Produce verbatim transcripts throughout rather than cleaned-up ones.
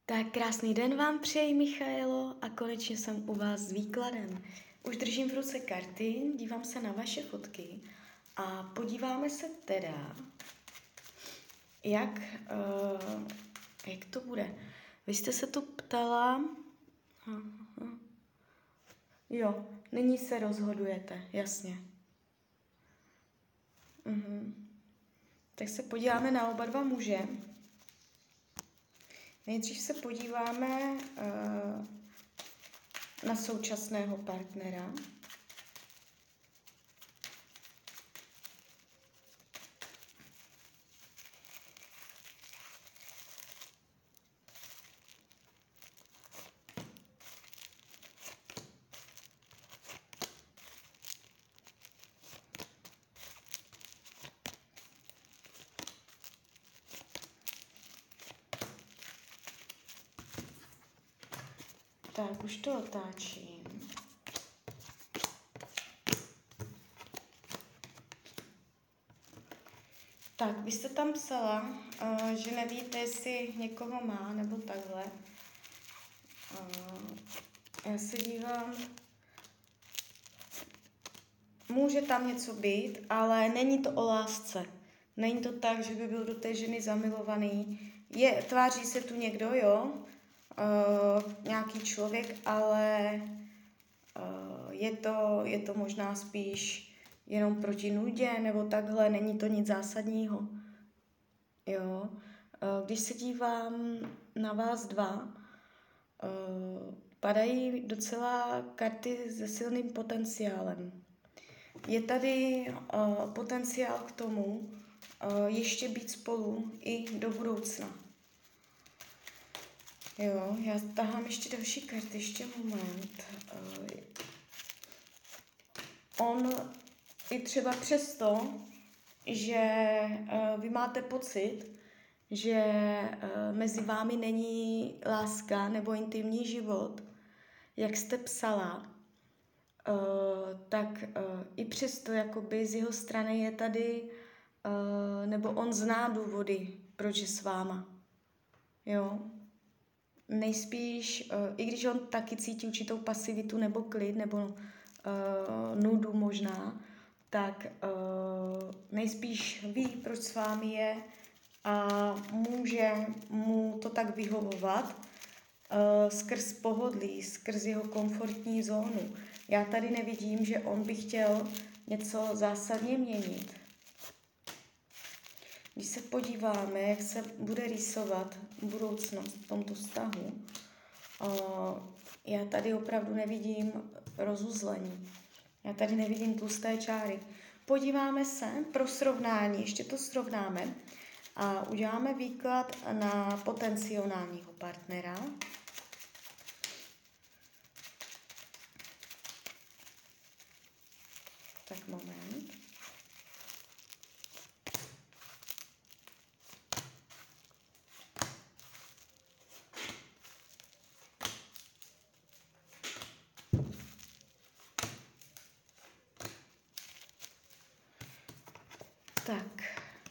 Tak krásný den vám přeji, Michaelo, a konečně jsem u vás s výkladem. Už držím v ruce karty, dívám se na vaše fotky a podíváme se teda, jak, uh, jak to bude. Vy jste se tu ptala, uh, jo, nyní se rozhodujete, jasně. Uh-huh. Tak se podíváme na oba dva muže. Nejdřív se podíváme uh, na současného partnera. Tak, už to otáčím. Tak, vy jste tam psala, uh, že nevíte, jestli někoho má, nebo takhle. Uh, já se dívám. Může tam něco být, ale není to o lásce. Není to tak, že by byl do té ženy zamilovaný. Je, tváří se tu někdo, jo, uh, nějaký člověk, ale uh, je to, je to možná spíš jenom proti nudě, nebo takhle, není to nic zásadního. Jo. Uh, když se dívám na vás dva, uh, padají docela karty se silným potenciálem. Je tady uh, potenciál k tomu uh, ještě být spolu i do budoucna. Jo, já tahám ještě další karty, ještě moment. Uh, on i třeba přesto, že uh, vy máte pocit, že uh, mezi vámi není láska nebo intimní život, jak jste psala, Uh, tak uh, i přesto jakoby z jeho strany je tady, uh, nebo on zná důvody, proč je s váma. Jo. Nejspíš, uh, i když on taky cítí určitou pasivitu nebo klid, nebo uh, nudu možná, tak uh, nejspíš ví, proč s vámi je a může mu to tak vyhovovat uh, skrz pohodlí, skrz jeho komfortní zónu. Já tady nevidím, že on by chtěl něco zásadně měnit. Když se podíváme, jak se bude rýsovat budoucnost v tomto vztahu, já tady opravdu nevidím rozuzlení. Já tady nevidím tlusté čáry. Podíváme se pro srovnání, ještě to srovnáme a uděláme výklad na potenciálního partnera. Tak moment. Tak.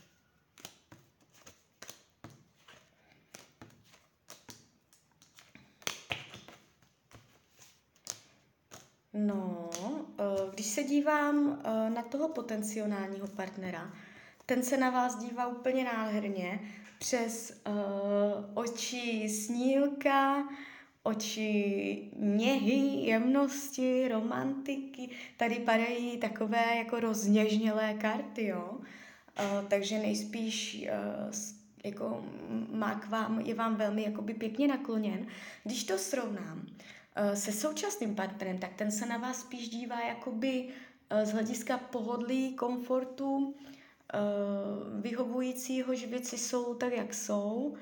No, když se dívám na toho potenciálního partnera, ten se na vás dívá úplně nádherně přes uh, oči snílka, oči něhy, jemnosti, romantiky. Tady padají takové jako rozněžnělé karty, jo. Uh, takže nejspíš uh, jako má k vám, je vám velmi jakoby pěkně nakloněn. Když to srovnám se současným partnerem, tak ten se na vás spíš dívá jakoby z hlediska pohodlí, komfortu, vyhovujícího, že věci jsou tak, jak jsou.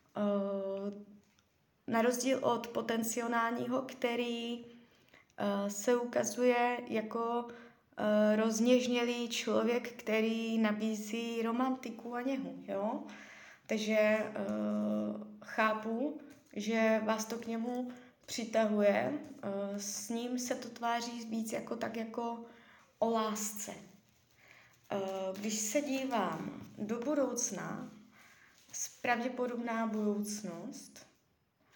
Na rozdíl od potenciálního, který se ukazuje jako rozněžnělý člověk, který nabízí romantiku a něhu. Jo? Takže chápu, že vás to k němu přitahuje, s ním se to tváří víc jako tak jako o lásce. Když se dívám do budoucna, pravděpodobná budoucnost,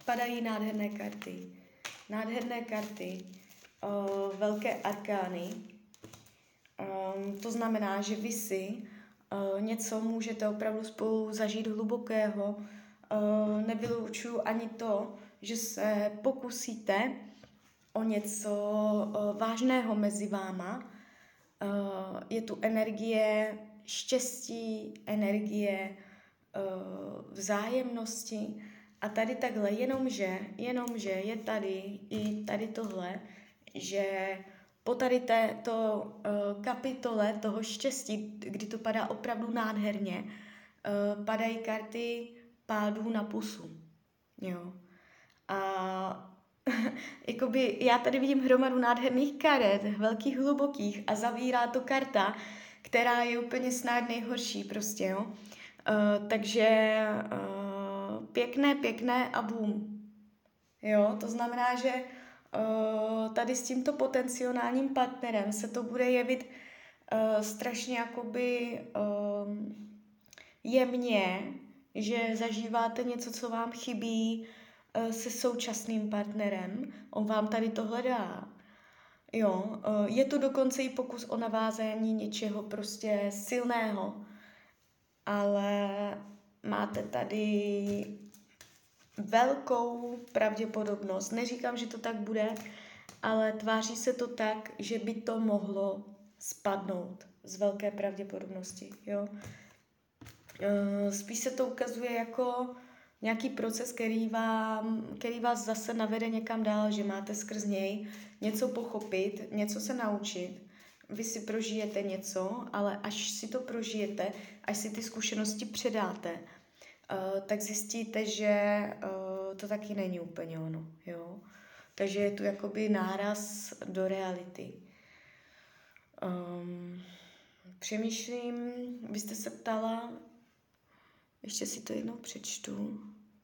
padají nádherné karty. Nádherné karty, uh, velké arkány. Um, to znamená, že vy si uh, něco můžete opravdu spolu zažít hlubokého. Uh, nevylučuju ani to, že se pokusíte o něco uh, vážného mezi váma. Uh, je tu energie štěstí, energie uh, vzájemnosti a tady takhle, jenomže, jenomže je tady i tady tohle, že po tady této uh, kapitole toho štěstí, kdy to padá opravdu nádherně, uh, padají karty pádů na pusu. Jo. A jakoby já tady vidím hromadu nádherných karet, velkých, hlubokých a zavírá to karta, která je úplně snad nejhorší prostě, jo. Uh, takže uh, pěkné, pěkné a boom. Jo, to znamená, že uh, tady s tímto potenciálním partnerem se to bude jevit uh, strašně jakoby uh, jemně, že zažíváte něco, co vám chybí uh, se současným partnerem. On vám tady tohle dá. Jo, uh, je tu dokonce i pokus o navázání něčeho prostě silného, ale máte tady velkou pravděpodobnost. Neříkám, že to tak bude, ale tváří se to tak, že by to mohlo spadnout z velké pravděpodobnosti. Jo? Spíš se to ukazuje jako nějaký proces, který, vám, který vás zase navede někam dál, že máte skrz něj něco pochopit, něco se naučit. Vy si prožijete něco, ale až si to prožijete, až si ty zkušenosti předáte, uh, tak zjistíte, že uh, to taky není úplně ono. Jo? Takže je tu jakoby náraz do reality. Um, přemýšlím, byste se ptala, ještě si to jednou přečtu.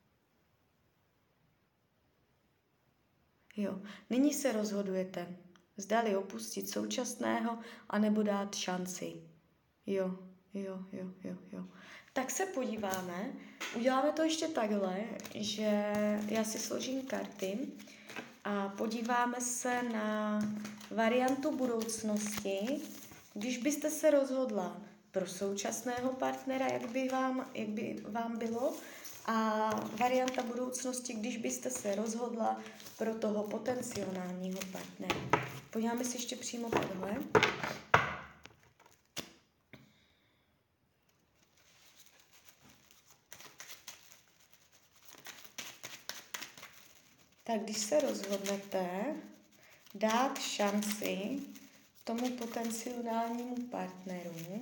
Jo, nyní se rozhodujete, zdali opustit současného, anebo dát šanci. Jo, jo, jo, jo, jo. Tak se podíváme, uděláme to ještě takhle, že já si složím karty a podíváme se na variantu budoucnosti, když byste se rozhodla pro současného partnera, jak by vám, jak by vám bylo, a varianta budoucnosti, když byste se rozhodla pro toho potenciálního partnera. Podíváme si ještě přímo takhle. Tak když se rozhodnete dát šanci tomu potenciálnímu partneru,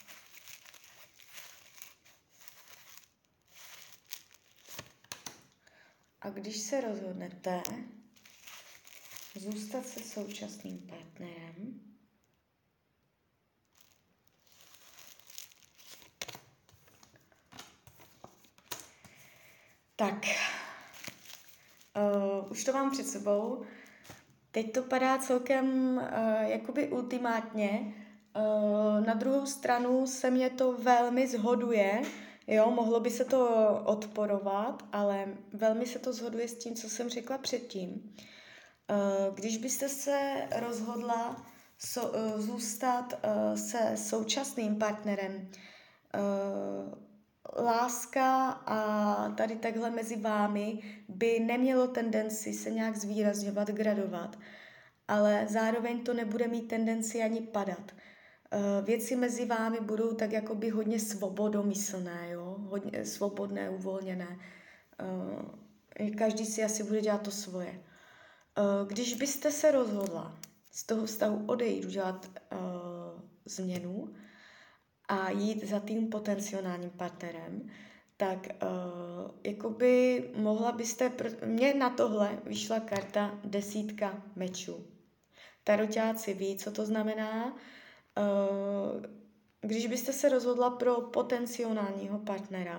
a když se rozhodnete zůstat se současným partnerem, tak uh, už to mám před sebou. Teď to padá celkem uh, jakoby ultimátně. Uh, na druhou stranu se mě to velmi shoduje. Jo, mohlo by se to odporovat, ale velmi se to shoduje s tím, co jsem řekla předtím. Když byste se rozhodla so, zůstat se současným partnerem, láska a tady takhle mezi vámi by nemělo tendenci se nějak zvýrazňovat, gradovat, ale zároveň to nebude mít tendenci ani padat. Věci mezi vámi budou tak jakoby hodně svobodomyslné, jo? Hodně svobodné, uvolněné. Každý si asi bude dělat to svoje. Když byste se rozhodla z toho vztahu odejít, udělat uh, změnu a jít za tím potenciálním partnerem, tak uh, jakoby mohla byste, pr- mně na tohle vyšla karta desítka mečů. Taroťáci ví, co to znamená. Uh, když byste se rozhodla pro potenciálního partnera,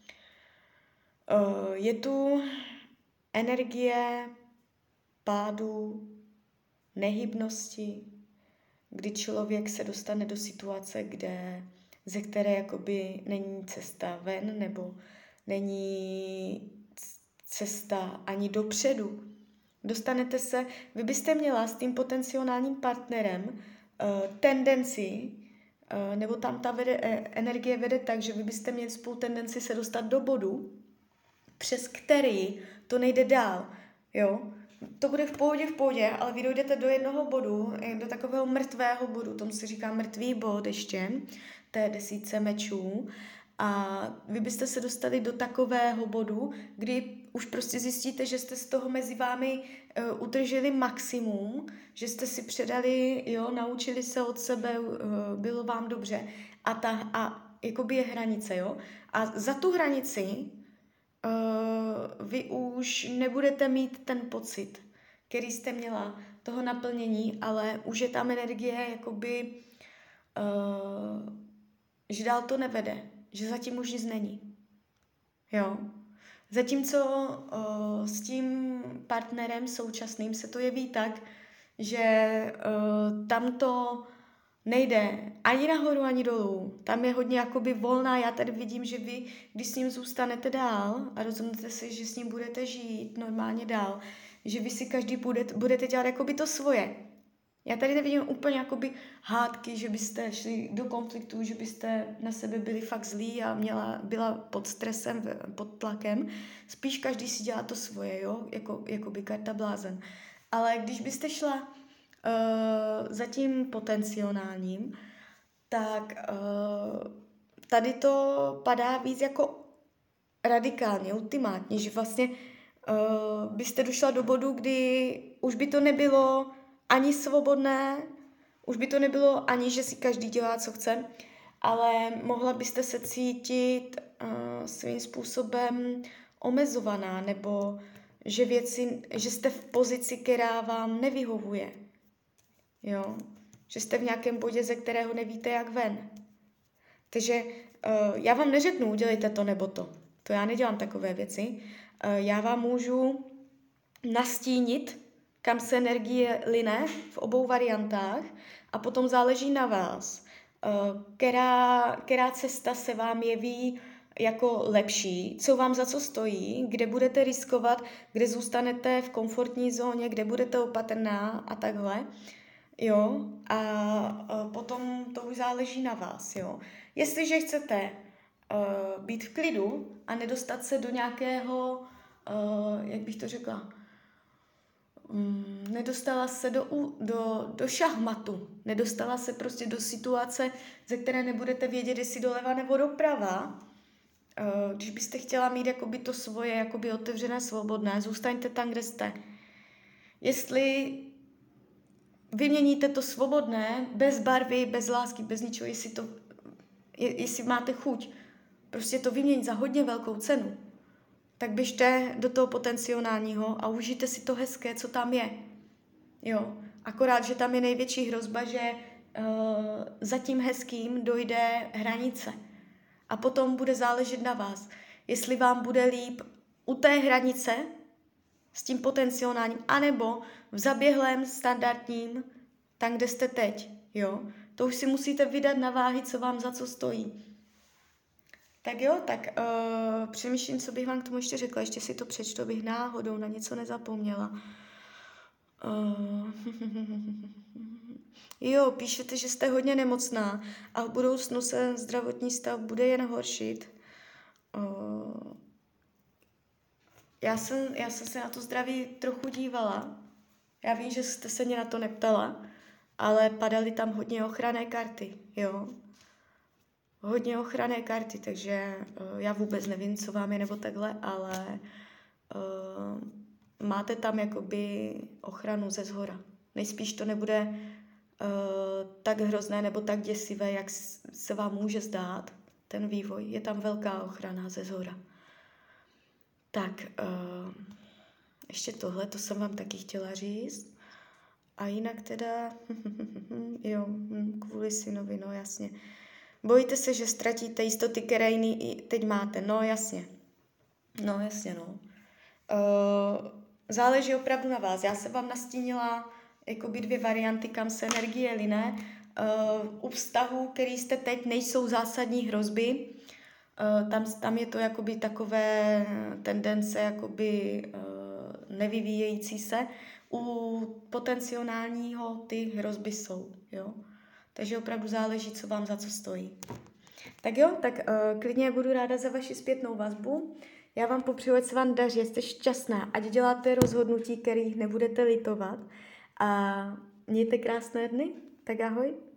uh, je tu energie pádu, nehybnosti, kdy člověk se dostane do situace, kde, ze které jakoby není cesta ven, nebo není cesta ani dopředu. Dostanete se, vy byste měla s tím potenciálním partnerem uh, tendenci, uh, nebo tam ta vede, eh, energie vede tak, že vy byste měli spolu tendenci se dostat do bodu, přes který to nejde dál, jo. To bude v pohodě, v pohodě, ale vy dojdete do jednoho bodu, do takového mrtvého bodu, tomu se říká mrtvý bod ještě, té desítce mečů, a vy byste se dostali do takového bodu, kdy už prostě zjistíte, že jste z toho mezi vámi uh, udrželi maximum, že jste si předali, jo, naučili se od sebe, uh, bylo vám dobře. A ta, a jakoby je hranice, jo. A za tu hranici uh, vy už nebudete mít ten pocit, který jste měla, toho naplnění, ale už je tam energie, jakoby, uh, že dál to nevede, že zatím už nic není. Jo. Zatímco uh, s tím partnerem současným se to jeví tak, že uh, tam to nejde ani nahoru, ani dolů. Tam je hodně jakoby volná. Já tady vidím, že vy, když s ním zůstanete dál a rozhodnete se, že s ním budete žít normálně dál, že vy si každý budete, budete dělat jakoby to svoje. Já tady nevidím úplně jakoby hádky, že byste šli do konfliktu, že byste na sebe byli fakt zlí a měla, byla pod stresem, pod tlakem. Spíš každý si dělá to svoje, jo, jako, jakoby karta blázen. Ale když byste šla uh, za tím potenciálním, tak uh, tady to padá víc jako radikálně, ultimátně, že vlastně uh, byste došla do bodu, kdy už by to nebylo ani svobodné, už by to nebylo ani, že si každý dělá, co chce, ale mohla byste se cítit uh, svým způsobem omezovaná, nebo že věci, že jste v pozici, která vám nevyhovuje. Jo? Že jste v nějakém bodě, ze kterého nevíte, jak ven. Takže uh, já vám neřeknu, udělejte to nebo to. To já nedělám takové věci. Uh, já vám můžu nastínit, kam se energie line v obou variantách, a potom záleží na vás, která, která cesta se vám jeví jako lepší, co vám za co stojí, kde budete riskovat, kde zůstanete v komfortní zóně, kde budete opatrná a takhle. Jo? A potom to už záleží na vás. Jo? Jestliže chcete uh, být v klidu a nedostat se do nějakého, uh, jak bych to řekla, nedostala se do, do, do šachmatu, nedostala se prostě do situace, ze které nebudete vědět, jestli doleva nebo doprava. Když byste chtěla mít jakoby to svoje, jakoby otevřené, svobodné, zůstaňte tam, kde jste. Jestli vyměníte to svobodné, bez barvy, bez lásky, bez ničeho, jestli, to, jestli máte chuť, prostě to vyměnit za hodně velkou cenu, tak běžte do toho potenciálního a užijte si to hezké, co tam je. Jo. Akorát, že tam je největší hrozba, že uh, za tím hezkým dojde hranice. A potom bude záležet na vás. Jestli vám bude líp u té hranice s tím potenciálním, anebo v zaběhlém standardním, tam, kde jste teď. Jo. To už si musíte vydat na váhy, co vám za co stojí. Tak jo, tak uh, přemýšlím, co bych vám k tomu ještě řekla. Ještě si to přečtu, abych náhodou na něco nezapomněla. Uh, jo, píšete, že jste hodně nemocná a v budoucnu se zdravotní stav bude jen horšit. Uh, já, jsem, já jsem se na to zdraví trochu dívala. Já vím, že jste se mě na to neptala, ale padaly tam hodně ochranné karty, jo. Hodně ochranné karty, takže uh, já vůbec nevím, co vám je nebo takhle, ale uh, máte tam jakoby ochranu ze zhora. Nejspíš to nebude uh, tak hrozné nebo tak děsivé, jak se vám může zdát ten vývoj. Je tam velká ochrana ze zhora. Tak, uh, ještě tohle, to jsem vám taky chtěla říct. A jinak teda, jo, kvůli synovi, no jasně. Bojíte se, že ztratíte jistoty, které jiný teď máte. No jasně. No jasně, no. Uh, záleží opravdu na vás. Já jsem vám nastínila jakoby dvě varianty, kam se energie line. Uh, u vztahu, který jste teď, nejsou zásadní hrozby. Uh, tam, tam je to jakoby takové tendence jakoby uh, nevyvíjející se. U potenciálního ty hrozby jsou, jo. Takže opravdu záleží, co vám za co stojí. Tak jo, tak uh, klidně budu ráda za vaši zpětnou vazbu. Já vám popřeju, ať se vám daří, jste šťastná, ať děláte rozhodnutí, kterých nebudete litovat a mějte krásné dny. Tak ahoj.